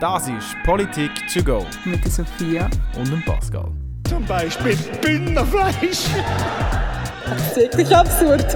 Das ist Politik to go. Mit der Sophia. Und dem Pascal. Zum Beispiel Bündnerfleisch. Das ist wirklich absurd.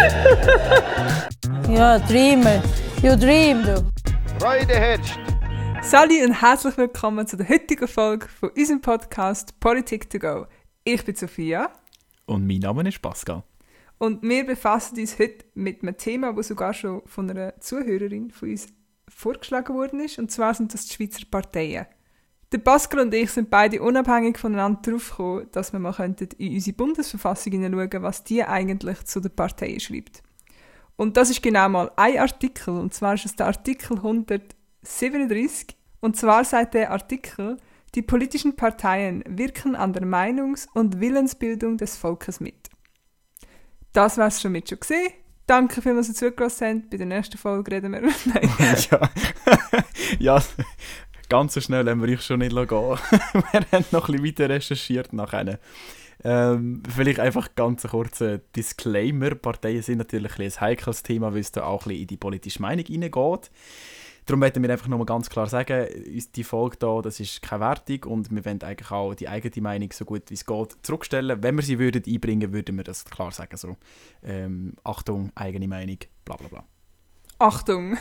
Ja, Dreamer. You dream, du. Freude herrscht. Sali und herzlich willkommen zu der heutigen Folge von unserem Podcast Politik to go. Ich bin Sophia. Und mein Name ist Pascal. Und wir befassen uns heute mit einem Thema, das sogar schon von einer Zuhörerin von uns vorgeschlagen worden ist. Und zwar sind das die Schweizer Parteien. Der Pascal und ich sind beide unabhängig voneinander darauf gekommen, dass wir mal in unsere Bundesverfassung hineinschauen, was die eigentlich zu den Parteien schreibt. Und das ist genau mal ein Artikel, und zwar ist es der Artikel 137. Und zwar sagt der Artikel, die politischen Parteien wirken an der Meinungs- und Willensbildung des Volkes mit. Das war es schon gesehen. Danke vielmals, dass ihr zugelassen habt. Bei der nächsten Folge reden wir. Nein. ja, ganz so schnell haben wir euch schon nicht gehen. Wir haben noch ein bisschen weiter recherchiert nachher. Vielleicht einfach ganz kurz ein Disclaimer. Parteien sind natürlich ein heikles Thema, weil es da auch ein bisschen in die politische Meinung hineingeht. Darum möchten wir einfach nochmal ganz klar sagen, die Folge hier, das ist keine Wertung und wir wollen eigentlich auch die eigene Meinung so gut wie es geht zurückstellen. Wenn wir sie einbringen würden wir das klar sagen. So, Achtung, eigene Meinung, bla bla bla. Achtung!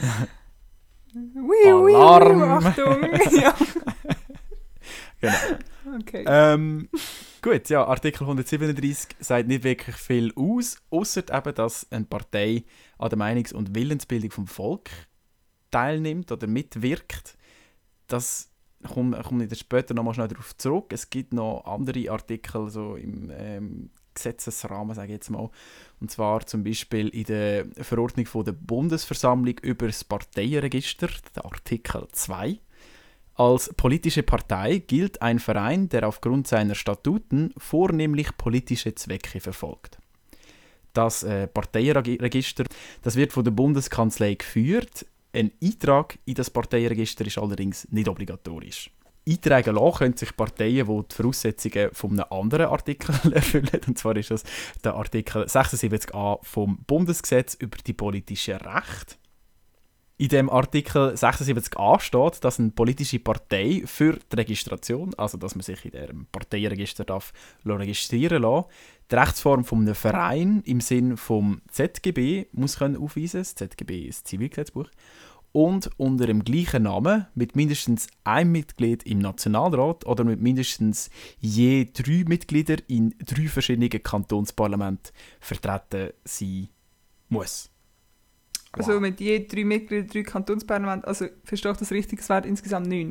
Alarm! Achtung! Ja. Genau. Okay. Gut, ja, Artikel 137 sagt nicht wirklich viel aus, ausser eben, dass eine Partei an der Meinungs- und Willensbildung vom Volk teilnimmt oder mitwirkt. Das komme ich dann später nochmal schnell darauf zurück. Es gibt noch andere Artikel so im Gesetzesrahmen, sage ich jetzt mal. Und zwar zum Beispiel in der Verordnung von der Bundesversammlung über das Parteienregister, der Artikel 2. Als politische Partei gilt ein Verein, der aufgrund seiner Statuten vornehmlich politische Zwecke verfolgt. Das Parteienregister, das wird von der Bundeskanzlei geführt. Ein Eintrag in das Parteienregister ist allerdings nicht obligatorisch. Eintragen lassen können sich Parteien, die die Voraussetzungen von einem anderen Artikel erfüllen. Und zwar ist das der Artikel 76a vom Bundesgesetz über die politischen Rechte. In dem Artikel 76a steht, dass eine politische Partei für die Registration, also dass man sich in diesem Parteienregister registrieren darf, die Rechtsform von einem Verein im Sinn vom ZGB muss aufweisen. Das ZGB ist das Zivilgesetzbuch. Und unter dem gleichen Namen mit mindestens einem Mitglied im Nationalrat oder mit mindestens je 3 Mitgliedern in 3 verschiedenen Kantonsparlamenten vertreten sein muss. Also Wow. mit je 3 Mitgliedern, 3 Kantonsparlamenten, also verstehe ich das richtig, es wären insgesamt 9.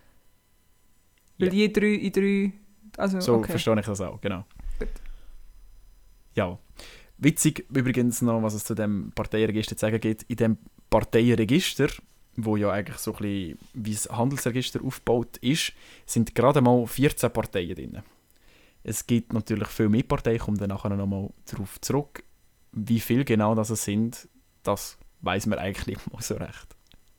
Weil je 3 in 3, also So okay. verstehe ich das auch, genau. Gut. Ja. Witzig übrigens noch, was es zu dem Parteienregister zu sagen gibt. In dem Parteienregister, wo ja eigentlich so ein bisschen wie das Handelsregister aufgebaut ist, sind gerade mal 14 Parteien drin. Es gibt natürlich viel mehr Parteien, ich komme dann nachher noch mal darauf zurück. Wie viel genau das sind, das weiss man eigentlich nicht mal so recht.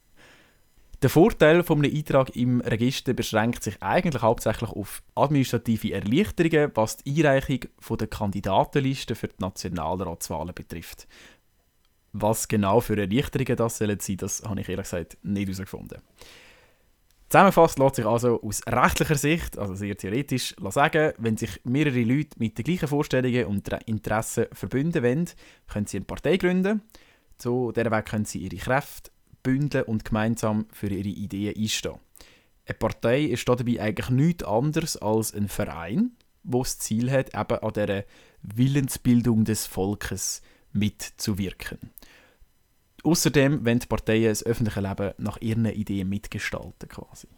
Der Vorteil von einem Eintrag im Register beschränkt sich eigentlich hauptsächlich auf administrative Erleichterungen, was die Einreichung der Kandidatenliste für die Nationalratswahlen betrifft. Was genau für Erleichterungen das sein sollen, das habe ich ehrlich gesagt nicht herausgefunden. Zusammengefasst lässt sich also aus rechtlicher Sicht, also sehr theoretisch, sagen, wenn sich mehrere Leute mit den gleichen Vorstellungen und Interessen verbünden wollen, können sie eine Partei gründen. So dieser Weg können sie ihre Kräfte bündeln und gemeinsam für ihre Ideen einstehen. Eine Partei ist dabei eigentlich nichts anderes als ein Verein, der das Ziel hat, eben an dieser Willensbildung des Volkes mitzuwirken. Außerdem wollen die Parteien das öffentliche Leben nach ihren Ideen mitgestalten. Quasi.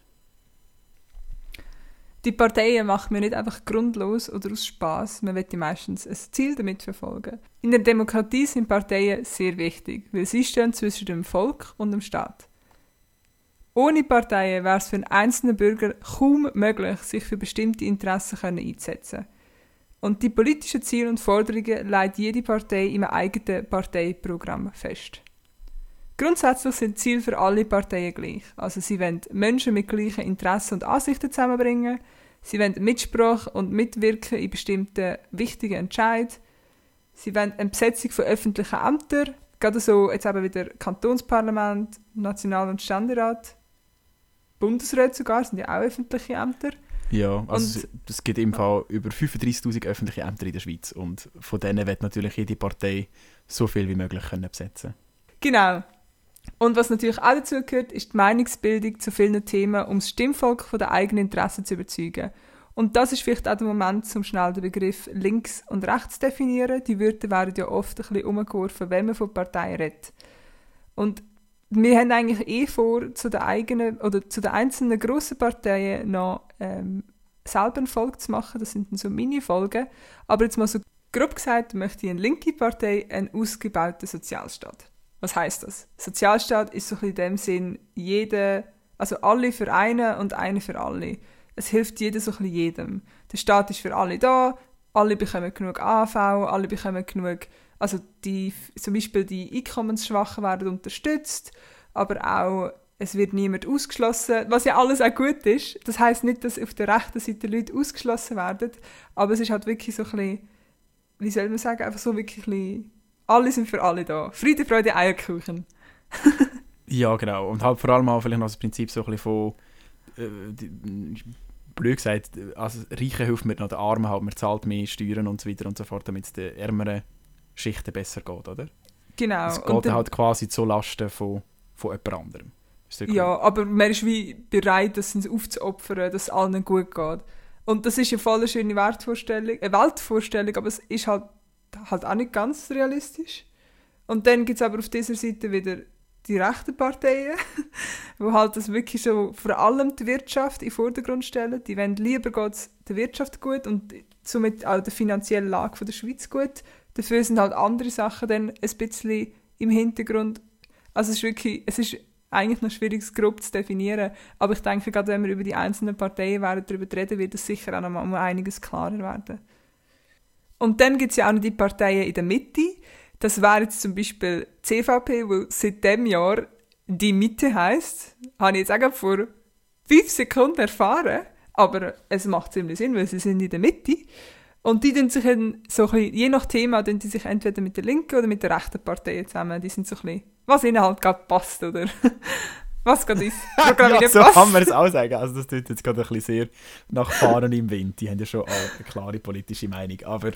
Die Parteien machen wir nicht einfach grundlos oder aus Spass, man will meistens ein Ziel damit verfolgen. In der Demokratie sind Parteien sehr wichtig, weil sie stehen zwischen dem Volk und dem Staat. Ohne Parteien wäre es für einen einzelnen Bürger kaum möglich, sich für bestimmte Interessen einzusetzen. Und die politischen Ziele und Forderungen legt jede Partei in einem eigenen Parteiprogramm fest. Grundsätzlich sind die Ziele für alle Parteien gleich. Also sie wollen Menschen mit gleichen Interessen und Ansichten zusammenbringen, sie wollen Mitsprache und Mitwirken in bestimmten wichtigen Entscheidungen, sie wollen eine Besetzung von öffentlichen Ämtern, gerade so jetzt eben wieder Kantonsparlament, National- und Ständerat. Bundesräte sogar, sind ja auch öffentliche Ämter. Ja, also es gibt im Fall über 35'000 öffentliche Ämter in der Schweiz und von denen wird natürlich jede Partei so viel wie möglich können besetzen. Genau. Und was natürlich auch dazu gehört, ist die Meinungsbildung zu vielen Themen, um das Stimmvolk von den eigenen Interessen zu überzeugen. Und das ist vielleicht auch der Moment, um schnell den Begriff links und rechts zu definieren. Die Wörter werden ja oft ein bisschen umgeworfen, wenn man von Parteien redet. Und wir haben eigentlich vor, zu den einzelnen grossen Parteien noch selber eine Folge zu machen. Das sind dann so Mini-Folgen. Aber jetzt mal so grob gesagt, möchte eine linke Partei einen ausgebauten Sozialstaat. Was heisst das? Sozialstaat ist so ein bisschen in dem Sinn, also alle für einen und eine für alle. Es hilft jeder so ein bisschen jedem. Der Staat ist für alle da, alle bekommen genug AV, alle bekommen genug, also zum Beispiel die Einkommensschwachen werden unterstützt, aber auch es wird niemand ausgeschlossen, was ja alles auch gut ist. Das heisst nicht, dass auf der rechten Seite Leute ausgeschlossen werden, aber es ist halt wirklich so ein bisschen, wie soll man sagen, einfach so wirklich ein bisschen, alle sind für alle da. Friede, Freude, Eierkuchen. Ja, genau. Und halt vor allem auch vielleicht noch das Prinzip so ein bisschen von, blöd gesagt, also Reichen hilft mir noch, den Armen halt, man zahlt mehr Steuern und so weiter und so fort, damit es den ärmeren Schichten besser geht, oder? Genau. Es geht dann halt quasi zu Lasten von jemand anderem. Ja, aber man ist wie bereit, das aufzuopfern, dass es allen gut geht. Und das ist eine voll schöne Weltvorstellung, aber es ist halt auch nicht ganz realistisch. Und dann gibt es aber auf dieser Seite wieder die rechten Parteien, die halt das wirklich so vor allem die Wirtschaft in den Vordergrund stellen. Die wollen lieber geht's der Wirtschaft gut und somit auch der finanziellen Lage der Schweiz gut. Dafür sind halt andere Sachen dann ein bisschen im Hintergrund. Also es ist eigentlich noch schwierig, es grob zu definieren. Aber ich denke, gerade wenn wir über die einzelnen Parteien darüber reden, wird es sicher auch noch mal um einiges klarer werden. Und dann gibt es ja auch noch die Parteien in der Mitte. Das wäre jetzt zum Beispiel die CVP, die seit diesem Jahr die Mitte heisst. Habe ich jetzt auch vor 5 Sekunden erfahren. Aber es macht ziemlich Sinn, weil sie sind in der Mitte. Und die tun sich dann so ein bisschen, je nach Thema, tun die sich entweder mit der linken oder mit der rechten Partei zusammen. Die sind so ein bisschen, was ihnen halt gerade passt, oder? Was gerade ins Programm ja, so passt. kann man es auch sagen. Also das tut jetzt gerade ein bisschen sehr nach Fahren im Wind. Die haben ja schon eine klare politische Meinung, aber...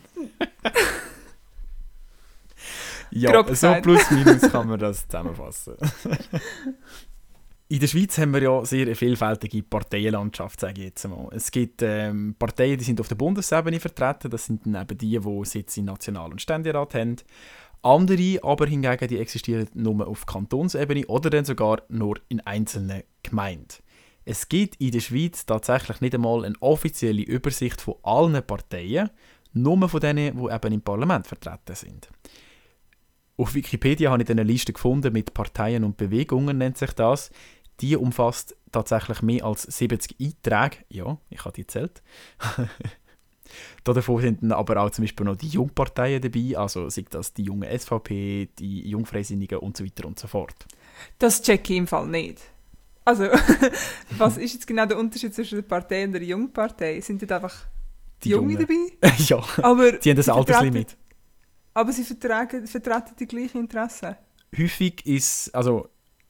ja, so plus minus kann man das zusammenfassen. In der Schweiz haben wir ja sehr eine vielfältige Parteienlandschaft, sage ich jetzt mal. Es gibt Parteien, die sind auf der Bundesebene vertreten. Das sind dann eben die Sitz im National- und Ständerat haben. Andere aber hingegen, die existieren nur auf Kantonsebene oder dann sogar nur in einzelnen Gemeinden. Es gibt in der Schweiz tatsächlich nicht einmal eine offizielle Übersicht von allen Parteien, nur von denen, die eben im Parlament vertreten sind. Auf Wikipedia habe ich eine Liste gefunden mit Parteien und Bewegungen, nennt sich das. Die umfasst tatsächlich mehr als 70 Einträge. Ja, ich habe die gezählt. Davon sind dann aber auch zum Beispiel noch die Jungparteien dabei, also sei das die junge SVP, die Jungfreisinnigen und so weiter und so fort. Das checke ich im Fall nicht. Also, was ist jetzt genau der Unterschied zwischen der Partei und der Jungpartei? Sind dort einfach die Junge dabei? Ja, aber die haben das Alterslimit. Aber sie vertreten die gleichen Interessen? Häufig ist, also,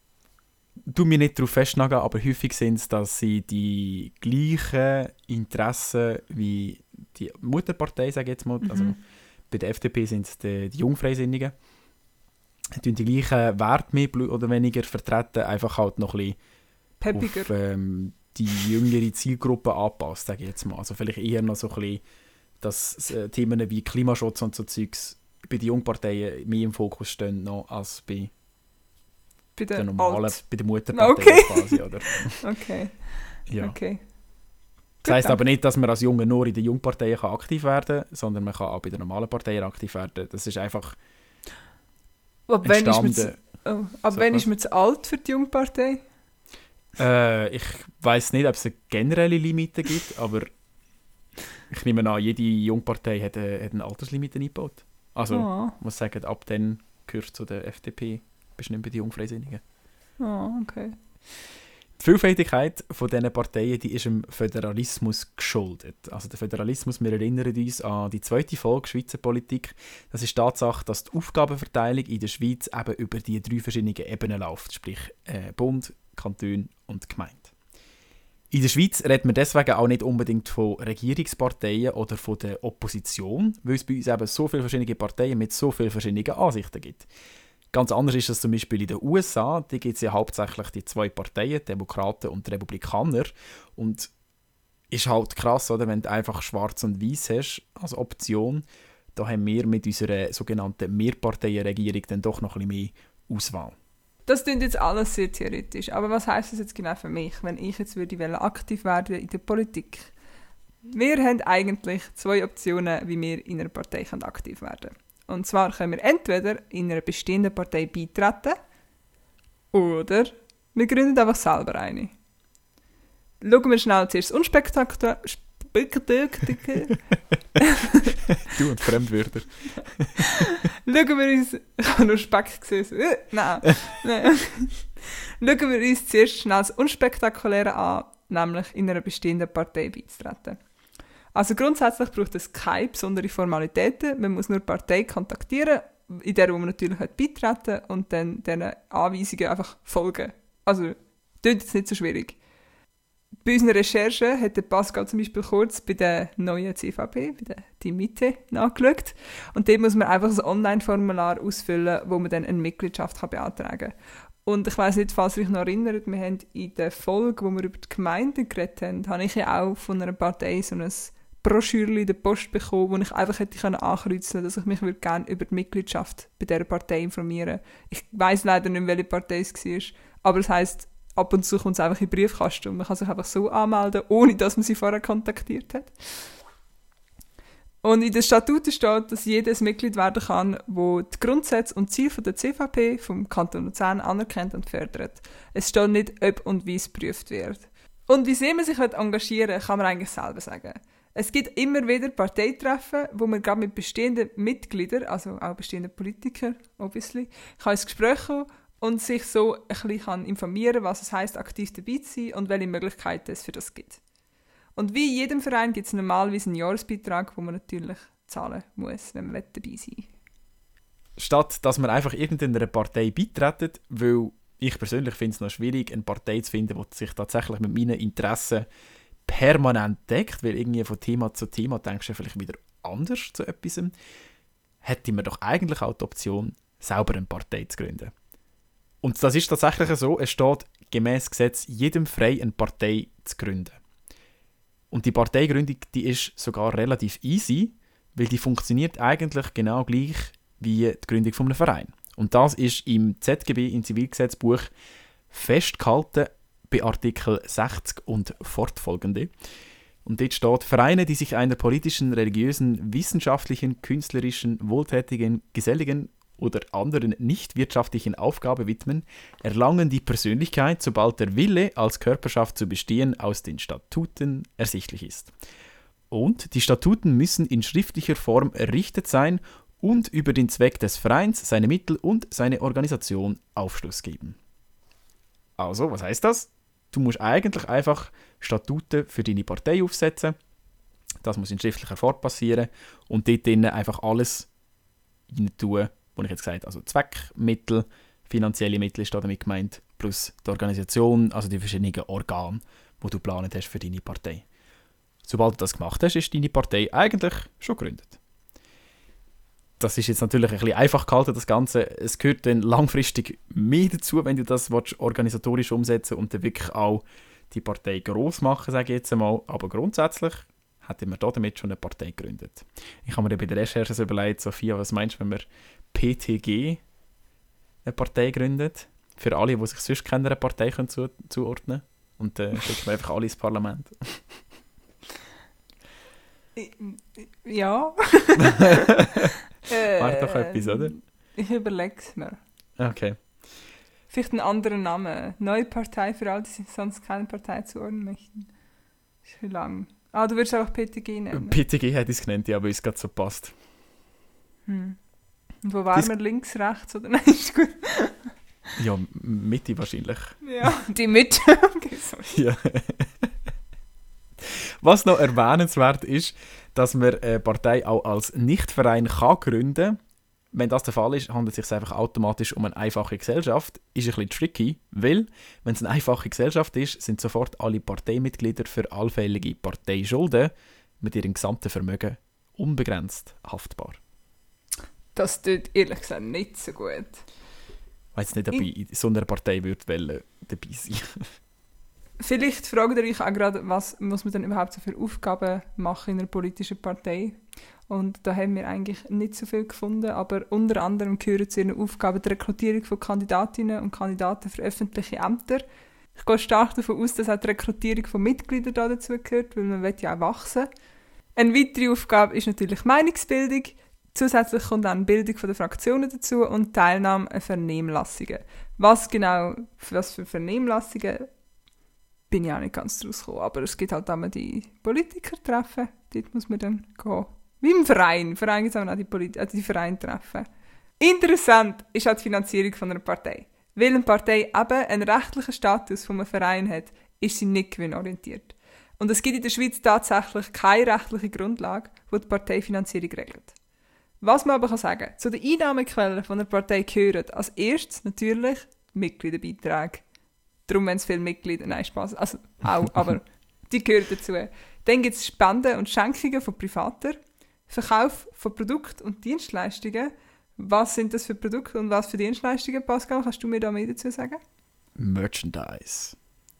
tu mir nicht darauf festnageln, aber häufig sind es, dass sie die gleichen Interessen wie die Mutterpartei, sage ich jetzt mal, also bei der FDP sind es die Jungfreisinnigen, die gleichen Werte mehr oder weniger vertreten, einfach halt noch ein bisschen auf die jüngere Zielgruppe anpasst, sage ich jetzt mal. Also vielleicht eher noch so ein bisschen, dass Themen wie Klimaschutz und so Zeugs bei den Jungparteien mehr im Fokus stehen noch als bei der normalen, bei der Mutterpartei quasi, oder? Okay. Ja. Okay. Das heisst aber nicht, dass man als Junge nur in der Jungpartei aktiv werden kann, sondern man kann auch bei der normalen Partei aktiv werden. Das ist einfach entstanden. Wann ist man zu alt für die Jungpartei? Ich weiss nicht, ob es eine generelle Limite gibt, aber ich nehme an, jede Jungpartei hat eine Alterslimite eingebaut. Also, ich muss sagen, ab dann gehört zu der FDP, bist du nicht bei den Jungfreisinnigen. Okay. Vielfältigkeit von diesen Parteien, die ist dem Föderalismus geschuldet. Also der Föderalismus, wir erinnern uns an die zweite Folge Schweizer Politik. Das ist die Tatsache, dass die Aufgabenverteilung in der Schweiz eben über die 3 verschiedenen Ebenen läuft, sprich Bund, Kanton und Gemeinde. In der Schweiz redet man deswegen auch nicht unbedingt von Regierungsparteien oder von der Opposition, weil es bei uns eben so viele verschiedene Parteien mit so vielen verschiedenen Ansichten gibt. Ganz anders ist das zum Beispiel in den USA. Da gibt es ja hauptsächlich die 2 Parteien, Demokraten und Republikaner. Und ist halt krass, oder, wenn du einfach schwarz und weiß hast als Option. Da haben wir mit unserer sogenannten Mehrparteienregierung dann doch noch ein bisschen mehr Auswahl. Das klingt jetzt alles sehr theoretisch. Aber was heisst das jetzt genau für mich, wenn ich jetzt aktiv werden in der Politik? Wir haben eigentlich 2 Optionen, wie wir in einer Partei aktiv werden können. Und zwar können wir entweder in einer bestehenden Partei beitreten oder wir gründen einfach selber eine. Schauen wir schnell zuerst das unspektakulär. Du und Fremdwörter. Schauen wir uns... Ich habe nur Speck gesehen. Nein. Schauen wir uns zuerst schnell das Unspektakuläre an, nämlich in einer bestehenden Partei beizutreten. Also grundsätzlich braucht es keine besonderen Formalitäten. Man muss nur die Partei kontaktieren, in der man natürlich beitreten und dann diesen Anweisungen einfach folgen. Also, das ist jetzt nicht so schwierig. Bei unseren Recherchen hat der Pascal zum Beispiel kurz bei der neuen CVP, bei der Die Mitte, nachgeschaut. Und dort muss man einfach ein Online-Formular ausfüllen, wo man dann eine Mitgliedschaft beantragen kann. Und ich weiss nicht, falls ihr euch noch erinnert, wir haben in der Folge, wo wir über die Gemeinden geredet haben, habe ich ja auch von einer Partei so ein Broschürchen in der Post bekommen, wo ich einfach hätte ankreuzeln können, dass ich mich gerne über die Mitgliedschaft bei dieser Partei informieren. Ich weiss leider nicht, welche Partei es war, aber es heisst, ab und zu kommt es einfach in den Briefkasten und man kann sich einfach so anmelden, ohne dass man sie vorher kontaktiert hat. Und in den Statuten steht, dass jedes Mitglied werden kann, wo die Grundsätze und Ziele der CVP vom Kanton Luzern anerkennt und fördert. Es steht nicht, ob und wie es geprüft wird. Und wie sehr man sich engagieren will, kann man eigentlich selber sagen. Es gibt immer wieder Parteitreffen, wo man gerade mit bestehenden Mitgliedern, also auch bestehenden Politikern, obviously, kann ins Gespräch kommen und sich so ein bisschen informieren, was es heisst, aktiv dabei zu sein und welche Möglichkeiten es für das gibt. Und wie in jedem Verein gibt es normalerweise einen Jahresbeitrag, den man natürlich zahlen muss, wenn man dabei sein will. Statt dass man einfach irgendeiner Partei beitritt, weil ich persönlich finde es noch schwierig, eine Partei zu finden, die sich tatsächlich mit meinen Interessen permanent deckt, weil irgendwie von Thema zu Thema denkst du vielleicht wieder anders zu etwas, hätte man doch eigentlich auch die Option, selber eine Partei zu gründen. Und das ist tatsächlich so, es steht gemäß Gesetz jedem frei, eine Partei zu gründen. Und die Parteigründung, die ist sogar relativ easy, weil die funktioniert eigentlich genau gleich wie die Gründung von einem Verein. Und das ist im ZGB, im Zivilgesetzbuch, festgehalten bei Artikel 60 und fortfolgende. Und dort steht, Vereine, die sich einer politischen, religiösen, wissenschaftlichen, künstlerischen, wohltätigen, geselligen oder anderen nicht wirtschaftlichen Aufgabe widmen, erlangen die Persönlichkeit, sobald der Wille, als Körperschaft zu bestehen, aus den Statuten ersichtlich ist. Und die Statuten müssen in schriftlicher Form errichtet sein und über den Zweck des Vereins, seine Mittel und seine Organisation Aufschluss geben. Also, was heißt das? Du musst eigentlich einfach Statuten für deine Partei aufsetzen. Das muss in schriftlicher Form passieren. Und dort drinnen einfach alles rein tun, was ich jetzt gesagt habe. Also Zweck, Mittel, finanzielle Mittel ist damit gemeint, plus die Organisation, also die verschiedenen Organe, die du geplant hast für deine Partei. Sobald du das gemacht hast, ist deine Partei eigentlich schon gegründet. Das ist jetzt natürlich ein bisschen einfach gehalten, das Ganze. Es gehört dann langfristig mehr dazu, wenn du das organisatorisch umsetzen und dann wirklich auch die Partei gross machen, sage ich jetzt einmal. Aber grundsätzlich hätten wir damit schon eine Partei gegründet. Ich habe mir bei der Recherche so überlegt, Sophia, was meinst du, wenn wir PTG eine Partei gründet? Für alle, die sich sonst keiner Partei zuordnen können. Und dann schicken wir einfach alle ins Parlament. Ja. War doch etwas, oder? Ich überlege es mir. Okay. Vielleicht einen anderen Namen. Neue Partei für alle, die sich sonst keine Partei zuordnen möchten. Das ist für lang. Ah, du würdest einfach PTG nennen. PTG hätte ich es genannt, ja, weil es gerade so passt. Und wo waren wir? Links, rechts oder nein? Ist gut. Ja, Mitte wahrscheinlich. Ja, die Mitte. Okay, sorry. Ja. Was noch erwähnenswert ist, dass man eine Partei auch als Nichtverein kann gründen. Wenn das der Fall ist, handelt es sich einfach automatisch um eine einfache Gesellschaft. Ist ein bisschen tricky, weil, wenn es eine einfache Gesellschaft ist, sind sofort alle Parteimitglieder für allfällige Parteischulden mit ihrem gesamten Vermögen unbegrenzt haftbar. Das tut ehrlich gesagt nicht so gut. Ich weiß nicht, ob ich in so einer Partei würde dabei sein. Vielleicht fragt ihr euch auch gerade, was muss man denn überhaupt so für Aufgaben machen in einer politischen Partei? Und da haben wir eigentlich nicht so viel gefunden, aber unter anderem gehören zu ihren Aufgaben die Rekrutierung von Kandidatinnen und Kandidaten für öffentliche Ämter. Ich gehe stark davon aus, dass auch die Rekrutierung von Mitgliedern dazu gehört, weil man will ja auch wachsen. Eine weitere Aufgabe ist natürlich Meinungsbildung. Zusätzlich kommt dann Bildung der Fraktionen dazu und Teilnahme an Vernehmlassungen. Was für Vernehmlassungen, bin ich auch nicht ganz draus gekommen. Aber es gibt halt immer die Politiker-Treffen. Dort muss man dann gehen. Wie im Verein. Im Verein gibt es auch die Verein-Treffen. Interessant ist auch die Finanzierung von einer Partei. Weil eine Partei eben einen rechtlichen Status von einem Verein hat, ist sie nicht gewinnorientiert. Und es gibt in der Schweiz tatsächlich keine rechtliche Grundlage, die die Parteifinanzierung regelt. Was man aber sagen kann, zu den Einnahmequellen von einer Partei gehören als erstes natürlich Mitgliederbeiträge. Darum, wenn es viele Mitglieder, nein, Spaß, also auch, aber die gehören dazu. Dann gibt es Spenden und Schenkungen von Privaten, Verkauf von Produkten und Dienstleistungen. Was sind das für Produkte und was für Dienstleistungen, Pascal? Kannst du mir da mehr dazu sagen? Merchandise.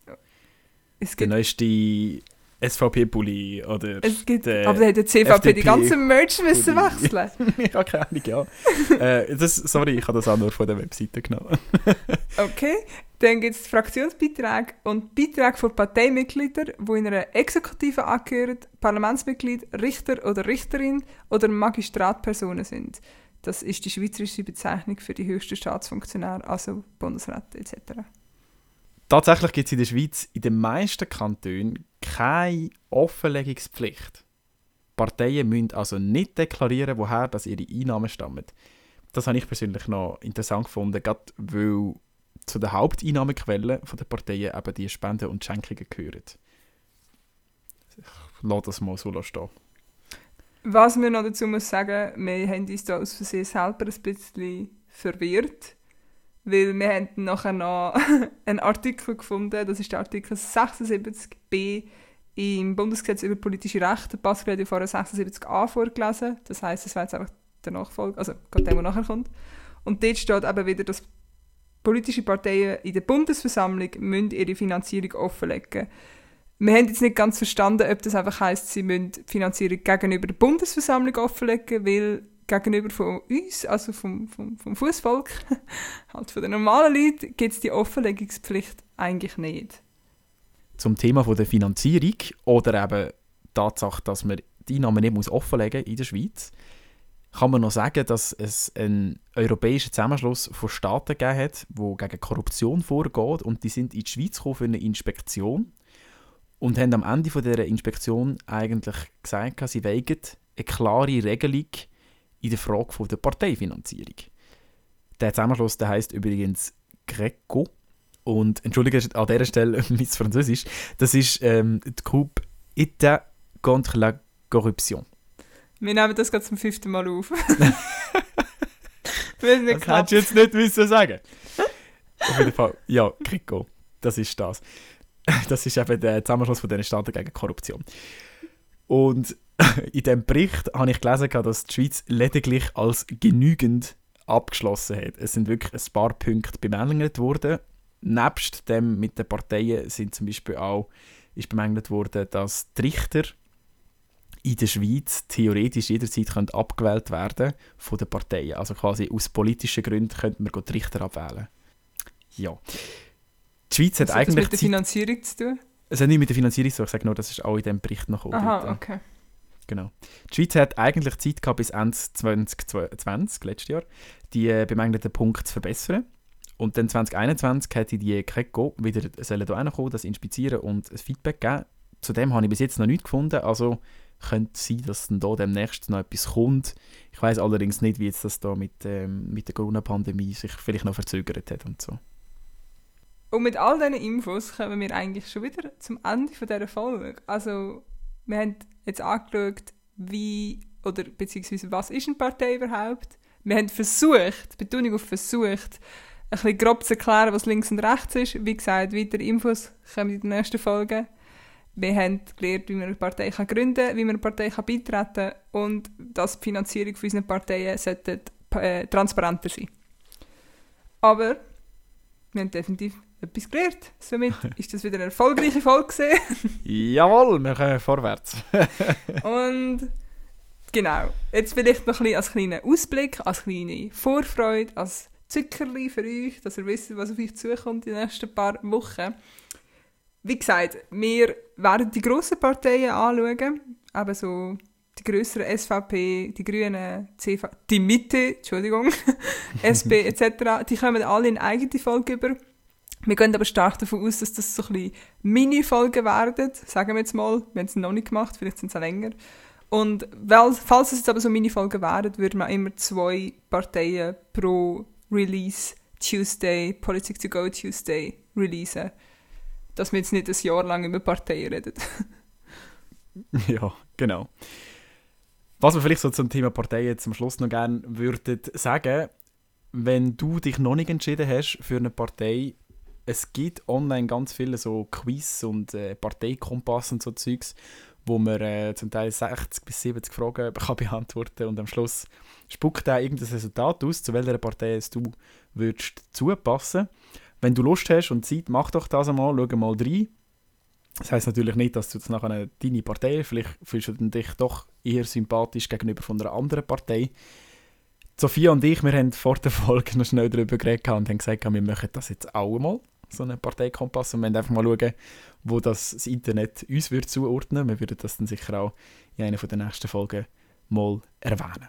Es Der gibt, neueste SVP-Pulli oder aber da hat der CVP FDP die ganze Merch müssen wechseln. Ich habe keine Ahnung, ja. Sorry, ich habe das auch nur von der Webseite genommen. Okay, dann gibt es Fraktionsbeiträge und Beiträge von Parteimitgliedern, die in einer Exekutive angehören, Parlamentsmitglied, Richter oder Richterin oder Magistratpersonen sind. Das ist die schweizerische Bezeichnung für die höchsten Staatsfunktionäre, also Bundesräte etc. Tatsächlich gibt es in der Schweiz in den meisten Kantonen keine Offenlegungspflicht. Parteien müssen also nicht deklarieren, woher das ihre Einnahmen stammen. Das habe ich persönlich noch interessant gefunden, gerade weil zu den Haupteinnahmequellen der Parteien eben die Spenden und Schenkungen gehören. Ich lasse das mal so stehen. Was wir noch dazu muss sagen, wir haben uns da aus Versehen selber ein bisschen verwirrt, weil wir haben nachher noch einen Artikel gefunden, das ist der Artikel 76b im Bundesgesetz über politische Rechte. Pascal hat ja vorher 76a vorgelesen, das heisst, es wäre jetzt einfach der Nachfolger, also gerade der nachher kommt. Und dort steht eben wieder, dass politische Parteien in der Bundesversammlung müssen ihre Finanzierung offenlegen. Wir haben jetzt nicht ganz verstanden, ob das einfach heisst, sie müssen die Finanzierung gegenüber der Bundesversammlung offenlegen, weil gegenüber von uns, also vom Fußvolk, halt von den normalen Leuten, gibt es die Offenlegungspflicht eigentlich nicht. Zum Thema von der Finanzierung oder eben die Tatsache, dass man die Einnahmen nicht offenlegen muss in der Schweiz, kann man noch sagen, dass es einen europäischen Zusammenschluss von Staaten gegeben hat, der gegen Korruption vorgeht, und die sind in die Schweiz gekommen für eine Inspektion und haben am Ende dieser Inspektion eigentlich gesagt, sie wollen eine klare Regelung in der Frage der Parteifinanzierung. Der Zusammenschluss heisst übrigens GRECO. Und entschuldige an dieser Stelle mein Französisch, das ist die Groupe État contre la Corruption. Wir nehmen das gerade zum 5. Mal auf. Das hättest du jetzt nicht müssen sagen. Auf jeden Fall, ja, GRECO, das ist das. Das ist eben der Zusammenschluss von diesen Staaten gegen Korruption. Und in diesem Bericht habe ich gelesen, dass die Schweiz lediglich als genügend abgeschlossen hat. Es sind wirklich ein paar Punkte bemängelt worden. Nebst dem mit den Parteien sind zum Beispiel auch ist bemängelt worden, dass die Richter in der Schweiz theoretisch jederzeit abgewählt werden von den Parteien. Also quasi aus politischen Gründen könnte man die Richter abwählen. Ja. Die Schweiz hat eigentlich... Was hat das mit der Finanzierung zu tun? Es hat nicht mit der Finanzierung zu tun, ich sage nur, das ist auch in diesem Bericht noch gekommen. Aha, okay. Genau. Die Schweiz hat eigentlich Zeit gehabt, bis Ende 2020, letztes Jahr, die bemängelten Punkte zu verbessern. Und dann 2021 hätte die GRECO wieder hier reinkommen, das inspizieren und ein Feedback geben. Zudem habe ich bis jetzt noch nichts gefunden, also könnte sein, dass dann da demnächst noch etwas kommt. Ich weiss allerdings nicht, wie jetzt das da mit der Corona-Pandemie sich vielleicht noch verzögert hat und so. Und mit all diesen Infos kommen wir eigentlich schon wieder zum Ende dieser Folge. Also, wir haben jetzt angeschaut, beziehungsweise was ist eine Partei überhaupt? Wir haben versucht, Betonung auf versucht, ein bisschen grob zu erklären, was links und rechts ist. Wie gesagt, weitere Infos kommen in den nächsten Folgen. Wir haben gelernt, wie man eine Partei gründen kann, wie man eine Partei beitreten kann und dass die Finanzierung von unseren Parteien sollte, transparenter sein. Aber wir haben definitiv etwas gelernt. Somit ist das wieder eine erfolgreiche Folge gewesen. Jawohl, wir kommen vorwärts. Und genau, jetzt vielleicht noch ein bisschen als kleinen Ausblick, als kleine Vorfreude, als Zuckerli für euch, dass ihr wisst, was auf euch zukommt in den nächsten paar Wochen. Wie gesagt, wir werden die grossen Parteien anschauen, eben so die grösseren SVP, die Grünen, die Mitte, SP etc., die kommen alle in eigene Folge über. Wir gehen aber stark davon aus, dass das so ein bisschen Mini-Folgen werden, sagen wir jetzt mal. Wir haben es noch nicht gemacht, vielleicht sind es auch länger. Und falls es jetzt aber so Mini-Folgen werden, würden wir immer 2 Parteien pro Release Tuesday, Politics to Go Tuesday releasen. Dass wir jetzt nicht ein Jahr lang über Parteien reden. Ja, genau. Was wir vielleicht so zum Thema Parteien zum Schluss noch gerne würden sagen, wenn du dich noch nicht entschieden hast für eine Partei, es gibt online ganz viele so Quiz und Parteikompass und so Zeugs, wo man zum Teil 60 bis 70 Fragen kann beantworten und am Schluss spuckt da irgendein Resultat aus, zu welcher Partei du würdest zupassen. Wenn du Lust hast und Zeit, mach doch das einmal, schau mal rein. Das heisst natürlich nicht, dass du jetzt nachher deine Partei, vielleicht fühlst du dich doch eher sympathisch gegenüber von einer anderen Partei. Sophia und ich, wir haben vor der Folge noch schnell darüber geredet und haben gesagt, wir machen das jetzt auch mal, so einen Parteikompass, und wir werden einfach mal schauen, wo das Internet uns wird zuordnen. Wir würden das dann sicher auch in einer der nächsten Folgen mal erwähnen.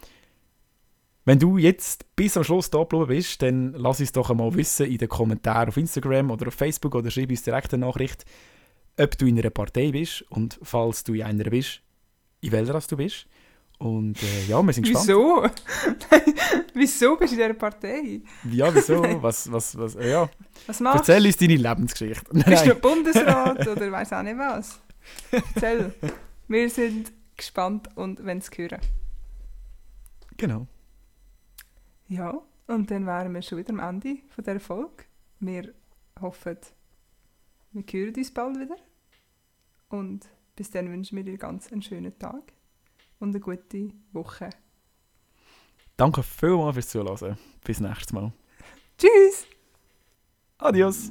Wenn du jetzt bis am Schluss da geblieben bist, dann lass uns doch einmal wissen in den Kommentaren auf Instagram oder auf Facebook oder schreib uns direkt eine Nachricht, ob du in einer Partei bist und falls du in einer bist, in welcher du bist. Und ja, wir sind gespannt. Wieso? Wieso bist du in dieser Partei? Ja, wieso? Was ja. Was machst du? Erzähl uns deine Lebensgeschichte. Bist du Bundesrat oder weiss auch nicht was? Erzähl. Wir sind gespannt und wollen es hören. Genau. Ja, und dann wären wir schon wieder am Ende von dieser Folge. Wir hoffen, wir hören uns bald wieder. Und bis dann wünschen wir dir ganz einen schönen Tag und eine gute Woche. Danke vielmals fürs Zuhören. Bis nächstes Mal. Tschüss! Adios!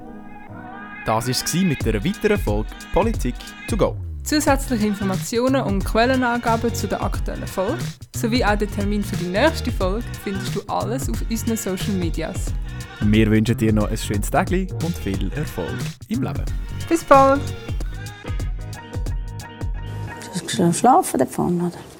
Das war es mit einer weiteren Folge Politik to go. Zusätzliche Informationen und Quellenangaben zu der aktuellen Folge sowie auch den Termin für die nächste Folge findest du alles auf unseren Social Medias. Wir wünschen dir noch ein schönes Tag und viel Erfolg im Leben. Bis bald! Du hast schlafen davon, oder?